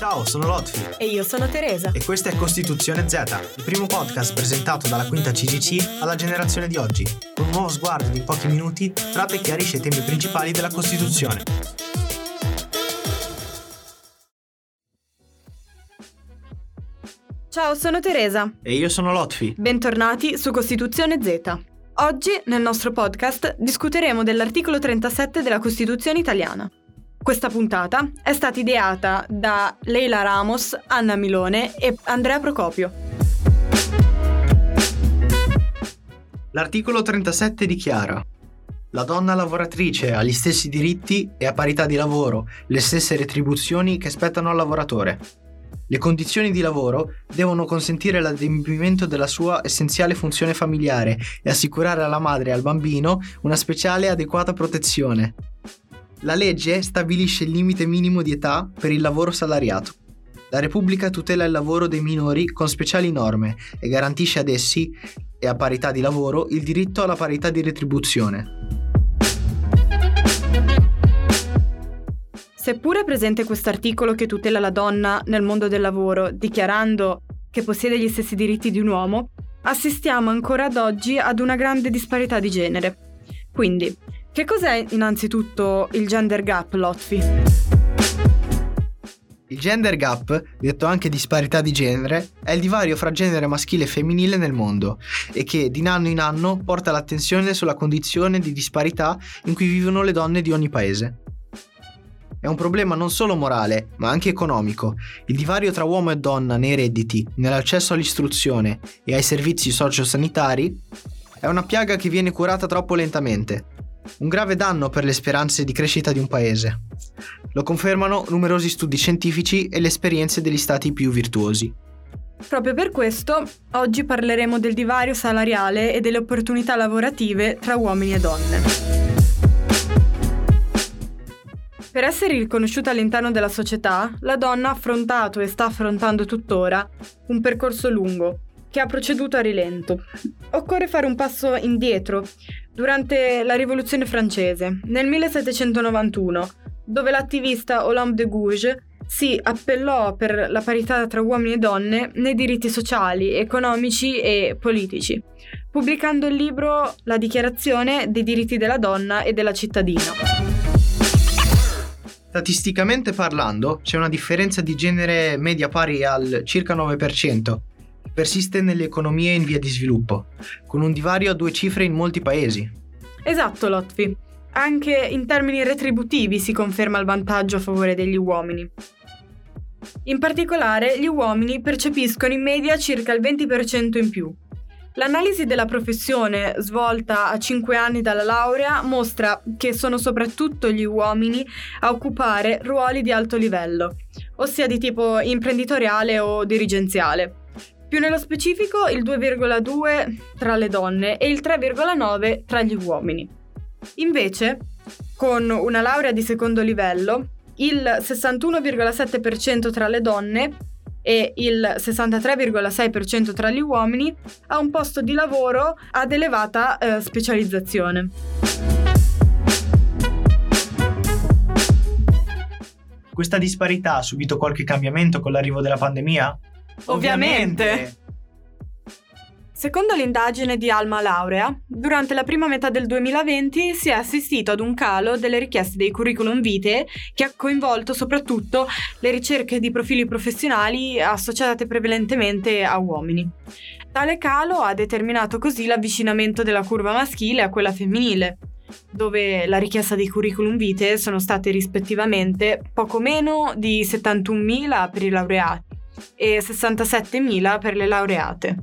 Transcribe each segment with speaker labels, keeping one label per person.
Speaker 1: Ciao, sono Lotfi.
Speaker 2: E io sono Teresa.
Speaker 1: E questa è Costituzione Z, il primo podcast presentato dalla quinta CGC alla generazione di oggi. Con un nuovo sguardo di pochi minuti, tratta e chiarisce i temi principali della Costituzione.
Speaker 2: Ciao, sono Teresa.
Speaker 1: E io sono Lotfi.
Speaker 2: Bentornati su Costituzione Z. Oggi, nel nostro podcast, discuteremo dell'articolo 37 della Costituzione italiana. Questa puntata è stata ideata da Leila Ramos, Anna Milone e Andrea Procopio.
Speaker 1: L'articolo 37 dichiara: la donna lavoratrice ha gli stessi diritti e a parità di lavoro le stesse retribuzioni che spettano al lavoratore. Le condizioni di lavoro devono consentire l'adempimento della sua essenziale funzione familiare e assicurare alla madre e al bambino una speciale e adeguata protezione. La legge stabilisce il limite minimo di età per il lavoro salariato. La Repubblica tutela il lavoro dei minori con speciali norme e garantisce ad essi, e a parità di lavoro, il diritto alla parità di retribuzione.
Speaker 2: Seppure è presente quest'articolo che tutela la donna nel mondo del lavoro, dichiarando che possiede gli stessi diritti di un uomo, assistiamo ancora ad oggi ad una grande disparità di genere. Quindi, che cos'è innanzitutto il gender gap, Lotfi?
Speaker 1: Il gender gap, detto anche disparità di genere, è il divario fra genere maschile e femminile nel mondo e che di anno in anno porta l'attenzione sulla condizione di disparità in cui vivono le donne di ogni paese. È un problema non solo morale, ma anche economico. Il divario tra uomo e donna nei redditi, nell'accesso all'istruzione e ai servizi sociosanitari è una piaga che viene curata troppo lentamente. Un grave danno per le speranze di crescita di un paese. Lo confermano numerosi studi scientifici e le esperienze degli stati più virtuosi.
Speaker 2: Proprio per questo, oggi parleremo del divario salariale e delle opportunità lavorative tra uomini e donne. Per essere riconosciuta all'interno della società, la donna ha affrontato e sta affrontando tuttora un percorso lungo, che ha proceduto a rilento. Occorre fare un passo indietro durante la Rivoluzione francese, nel 1791, dove l'attivista Olympe de Gouges si appellò per la parità tra uomini e donne nei diritti sociali, economici e politici, pubblicando il libro La Dichiarazione dei diritti della donna e della cittadina.
Speaker 1: Statisticamente parlando, c'è una differenza di genere media pari al circa 9%, che persiste nelle economie in via di sviluppo, con un divario a 2 cifre in molti paesi.
Speaker 2: Esatto, Lotfi. Anche in termini retributivi si conferma il vantaggio a favore degli uomini. In particolare, gli uomini percepiscono in media circa il 20% in più. L'analisi della professione, svolta a 5 anni dalla laurea, mostra che sono soprattutto gli uomini a occupare ruoli di alto livello, ossia di tipo imprenditoriale o dirigenziale. Più nello specifico il 2,2 tra le donne e il 3,9 tra gli uomini. Invece, con una laurea di secondo livello, il 61,7% tra le donne e il 63,6% tra gli uomini ha un posto di lavoro ad elevata specializzazione.
Speaker 1: Questa disparità ha subito qualche cambiamento con l'arrivo della pandemia?
Speaker 2: Ovviamente! Secondo l'indagine di Alma Laurea, durante la prima metà del 2020 si è assistito ad un calo delle richieste dei curriculum vitae che ha coinvolto soprattutto le ricerche di profili professionali associate prevalentemente a uomini. Tale calo ha determinato così l'avvicinamento della curva maschile a quella femminile, dove la richiesta dei curriculum vitae sono state rispettivamente poco meno di 71.000 per i laureati e 67.000 per le laureate.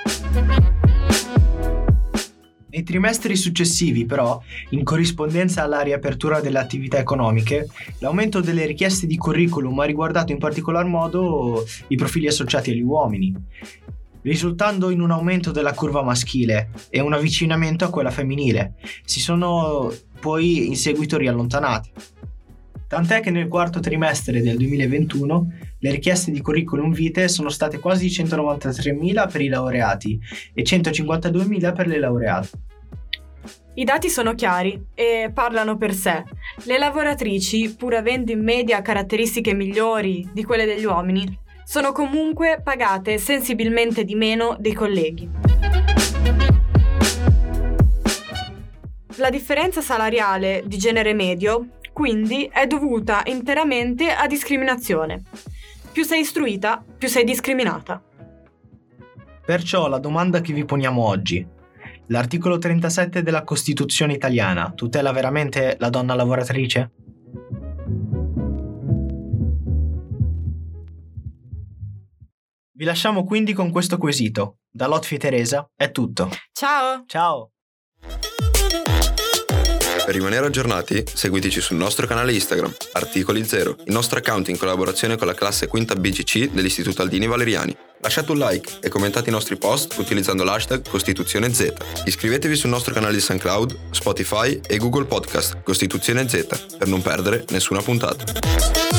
Speaker 1: Nei trimestri successivi, però, in corrispondenza alla riapertura delle attività economiche, l'aumento delle richieste di curriculum ha riguardato in particolar modo i profili associati agli uomini, risultando in un aumento della curva maschile e un avvicinamento a quella femminile. Si sono poi in seguito riallontanati. Tant'è che nel quarto trimestre del 2021 le richieste di curriculum vitae sono state quasi 193.000 per i laureati e 152.000 per le laureate.
Speaker 2: I dati sono chiari e parlano per sé. Le lavoratrici, pur avendo in media caratteristiche migliori di quelle degli uomini, sono comunque pagate sensibilmente di meno dei colleghi. La differenza salariale di genere medio, quindi, è dovuta interamente a discriminazione. Più sei istruita, più sei discriminata.
Speaker 1: Perciò la domanda che vi poniamo oggi: l'articolo 37 della Costituzione italiana tutela veramente la donna lavoratrice? Vi lasciamo quindi con questo quesito. Da Lotfi e Teresa è tutto.
Speaker 2: Ciao!
Speaker 1: Ciao!
Speaker 3: Per rimanere aggiornati, seguiteci sul nostro canale Instagram, Articoli Zero, il nostro account in collaborazione con la classe quinta BGC dell'Istituto Aldini Valeriani. Lasciate un like e commentate i nostri post utilizzando l'hashtag Costituzione Z. Iscrivetevi sul nostro canale di SoundCloud, Spotify e Google Podcast Costituzione Z per non perdere nessuna puntata.